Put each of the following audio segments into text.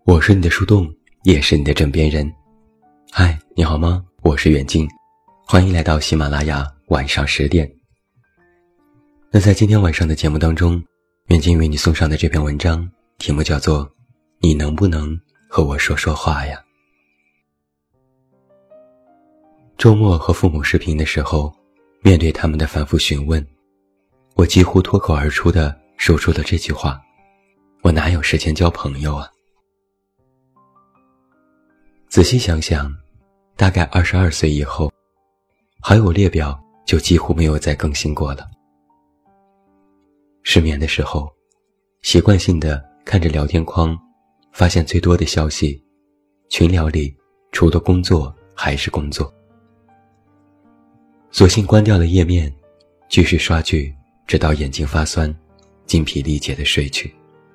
我是你的树洞，也是你的枕边人。嗨，你好吗？我是远近，欢迎来到喜马拉雅晚上10点。那在今天晚上的节目当中，远近为你送上的这篇文章题目叫做你能不能和我说说话呀？周末和父母视频的时候，面对他们的反复询问，我几乎脱口而出地说出了这句话：我哪有时间交朋友啊？仔细想想，大概22岁以后，好友列表就几乎没有再更新过了。失眠的时候，习惯性地看着聊天框，发现最多的消息，群聊里除了工作还是工作。索性关掉了页面，继续刷剧，直到眼睛发酸，精疲力竭地睡去。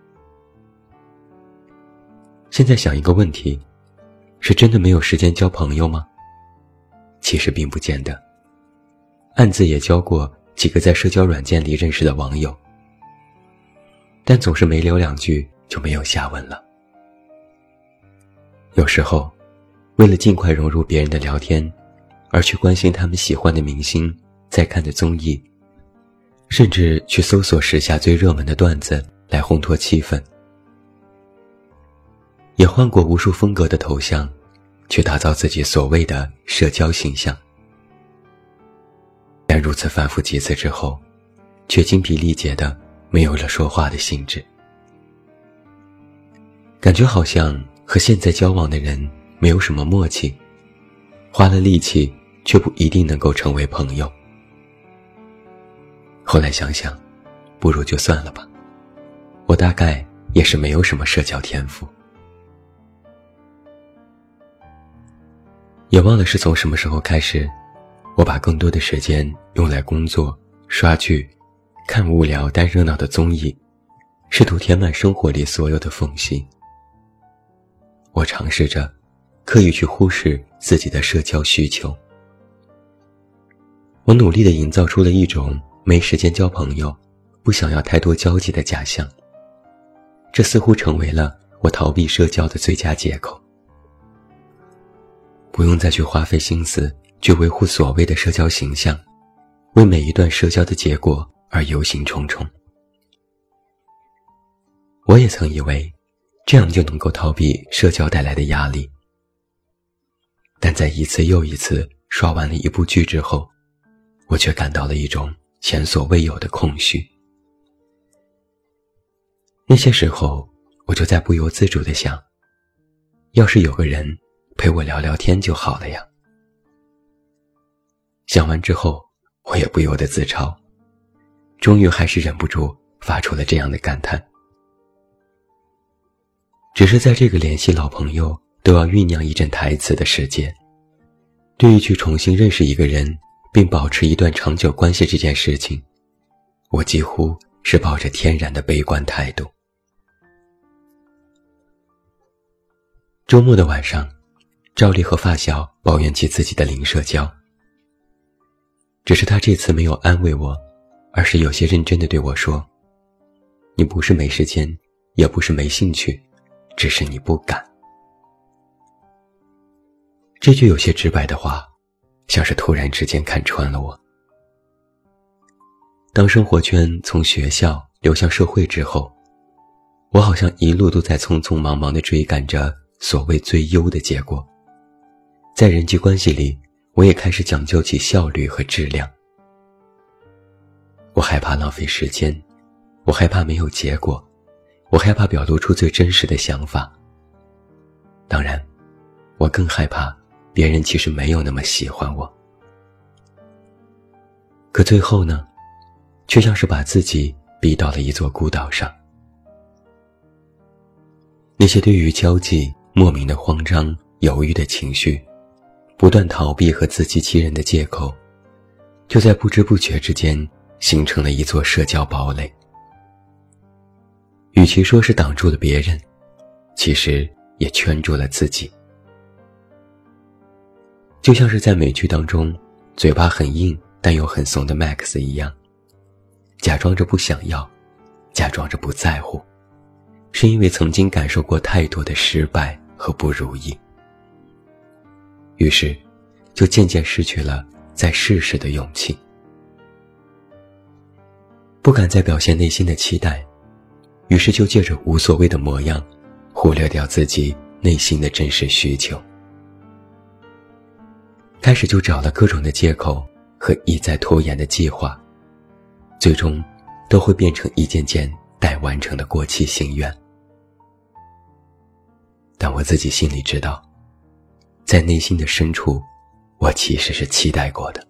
现在想一个问题，是真的没有时间交朋友吗？其实并不见得。暗自也交过几个在社交软件里认识的网友，但总是没聊两句就没有下文了。有时候，为了尽快融入别人的聊天，而去关心他们喜欢的明星，在看的综艺，甚至去搜索时下最热门的段子来烘托气氛。也换过无数风格的头像，去打造自己所谓的社交形象。但如此反复几次之后，却精疲力竭的没有了说话的兴致。感觉好像和现在交往的人没有什么默契，花了力气却不一定能够成为朋友。后来想想，不如就算了吧，我大概也是没有什么社交天赋。也忘了是从什么时候开始，我把更多的时间用来工作、刷剧、看无聊但热闹的综艺，试图填满生活里所有的缝隙。我尝试着刻意去忽视自己的社交需求。我努力地营造出了一种没时间交朋友、不想要太多交际的假象。这似乎成为了我逃避社交的最佳借口。不用再去花费心思去维护所谓的社交形象，为每一段社交的结果而忧心忡忡。我也曾以为这样就能够逃避社交带来的压力，但在一次又一次刷完了一部剧之后，我却感到了一种前所未有的空虚。那些时候，我就在不由自主地想，要是有个人陪我聊聊天就好了呀。想完之后，我也不由得自嘲，终于还是忍不住发出了这样的感叹。只是在这个联系老朋友都要酝酿一阵台词的世界，对于去重新认识一个人并保持一段长久关系这件事情，我几乎是抱着天然的悲观态度。周末的晚上，赵丽和发小抱怨起自己的零社交。只是他这次没有安慰我，而是有些认真地对我说，你不是没时间，也不是没兴趣，只是你不敢。这句有些直白的话，像是突然之间看穿了我。当生活圈从学校流向社会之后，我好像一路都在匆匆忙忙地追赶着所谓最优的结果。在人际关系里，我也开始讲究起效率和质量。我害怕浪费时间，我害怕没有结果，我害怕表露出最真实的想法。当然，我更害怕别人其实没有那么喜欢我。可最后呢，却像是把自己逼到了一座孤岛上。那些对于交际莫名的慌张、犹豫的情绪，不断逃避和自欺欺人的借口，就在不知不觉之间形成了一座社交堡垒。与其说是挡住了别人，其实也圈住了自己。就像是在美剧当中，嘴巴很硬但又很怂的 Max 一样，假装着不想要，假装着不在乎， 是因为曾经感受过太多的失败和不如意，于是就渐渐失去了再试试的勇气，不敢再表现内心的期待，于是就借着无所谓的模样忽略掉自己内心的真实需求，开始就找了各种的借口和一再拖延的计划，最终都会变成一件件待完成的过期心愿。但我自己心里知道，在内心的深处，我其实是期待过的。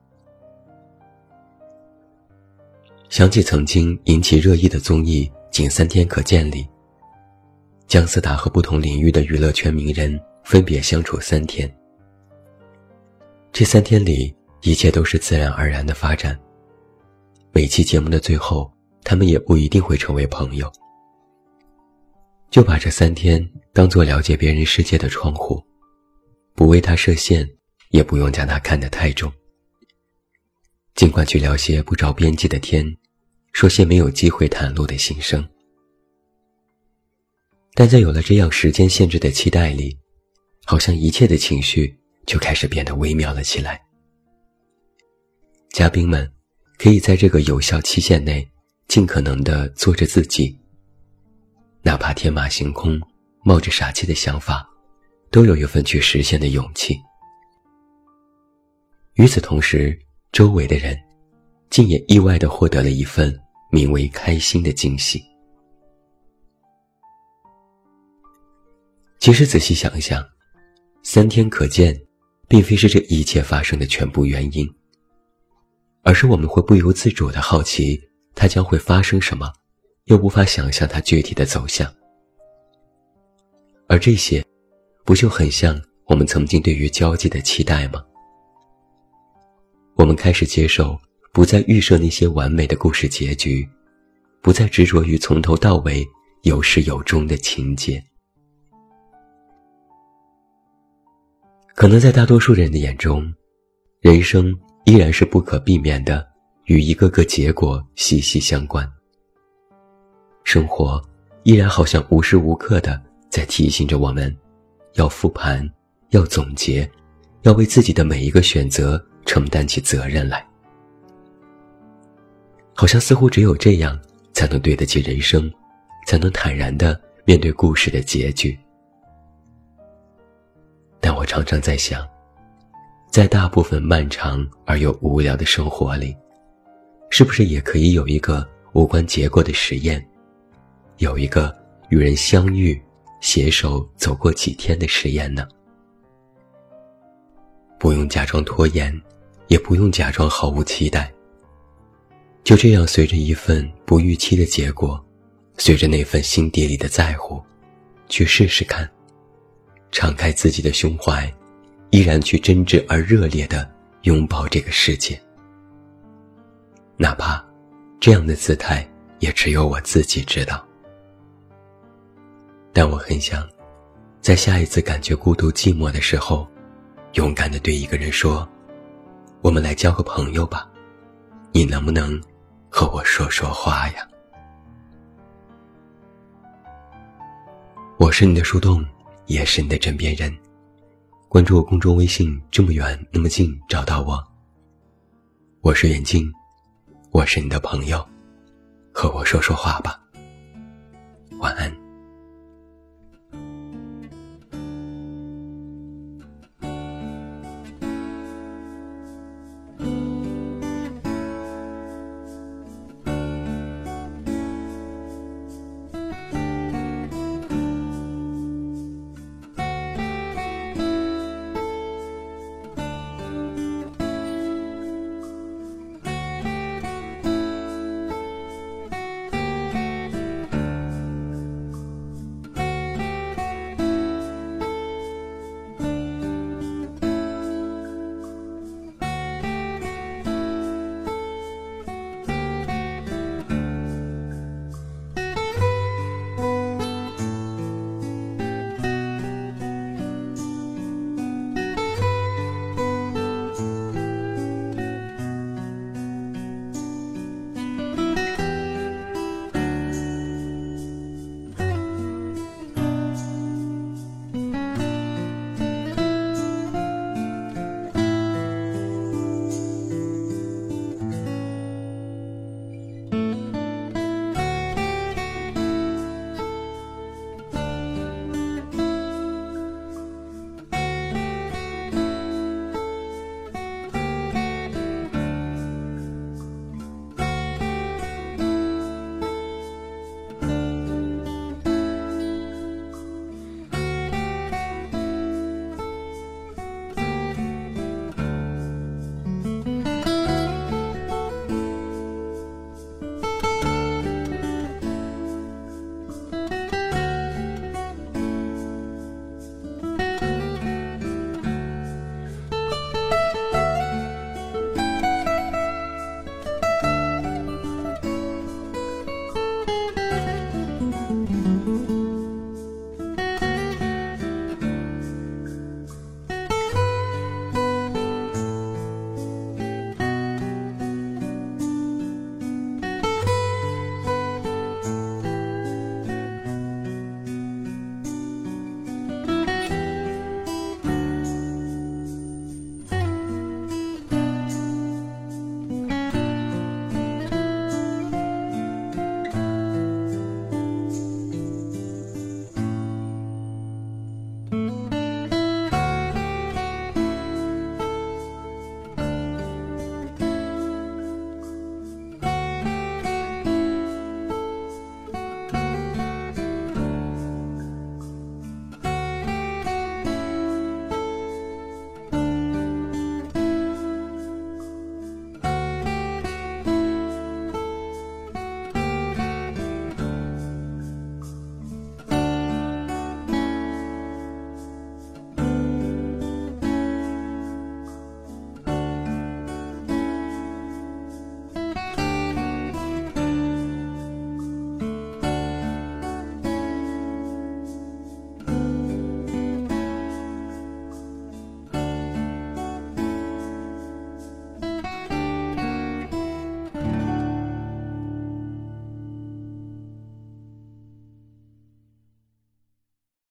想起曾经引起热议的综艺《仅3天可见》里，姜思达和不同领域的娱乐圈名人分别相处3天，这3天里一切都是自然而然的发展，每期节目的最后，他们也不一定会成为朋友，就把这3天当作了解别人世界的窗户，不为他设限，也不用将他看得太重。尽管去聊些不着边际的天，说些没有机会袒露的心声，但在有了这样时间限制的期待里，好像一切的情绪就开始变得微妙了起来。嘉宾们可以在这个有效期限内尽可能地做着自己，哪怕天马行空，冒着傻气的想法，都有一份去实现的勇气。与此同时，周围的人竟也意外地获得了一份名为开心的惊喜。其实仔细想一想，3天可见并非是这一切发生的全部原因，而是我们会不由自主地好奇它将会发生什么，又无法想象它具体的走向。而这些不就很像我们曾经对于交际的期待吗？我们开始接受不再预设那些完美的故事结局，不再执着于从头到尾有始有终的情节。可能在大多数人的眼中，人生依然是不可避免的与一个个结果息息相关，生活依然好像无时无刻地在提醒着我们，要复盘，要总结，要为自己的每一个选择承担起责任来。好像似乎只有这样才能对得起人生，才能坦然地面对故事的结局。但我常常在想，在大部分漫长而又无聊的生活里，是不是也可以有一个无关结果的实验，有一个与人相遇携手走过几天的实验呢？不用假装拖延，也不用假装毫无期待，就这样随着一份不预期的结果，随着那份心底里的在乎，去试试看，敞开自己的胸怀，依然去真挚而热烈地拥抱这个世界。哪怕这样的姿态也只有我自己知道。但我很想在下一次感觉孤独寂寞的时候，勇敢地对一个人说，我们来交个朋友吧，你能不能和我说说话呀？我是你的树洞，也是你的枕边人。关注我公众微信，这么远那么近，找到我。我是远近，我是你的朋友，和我说说话吧。晚安。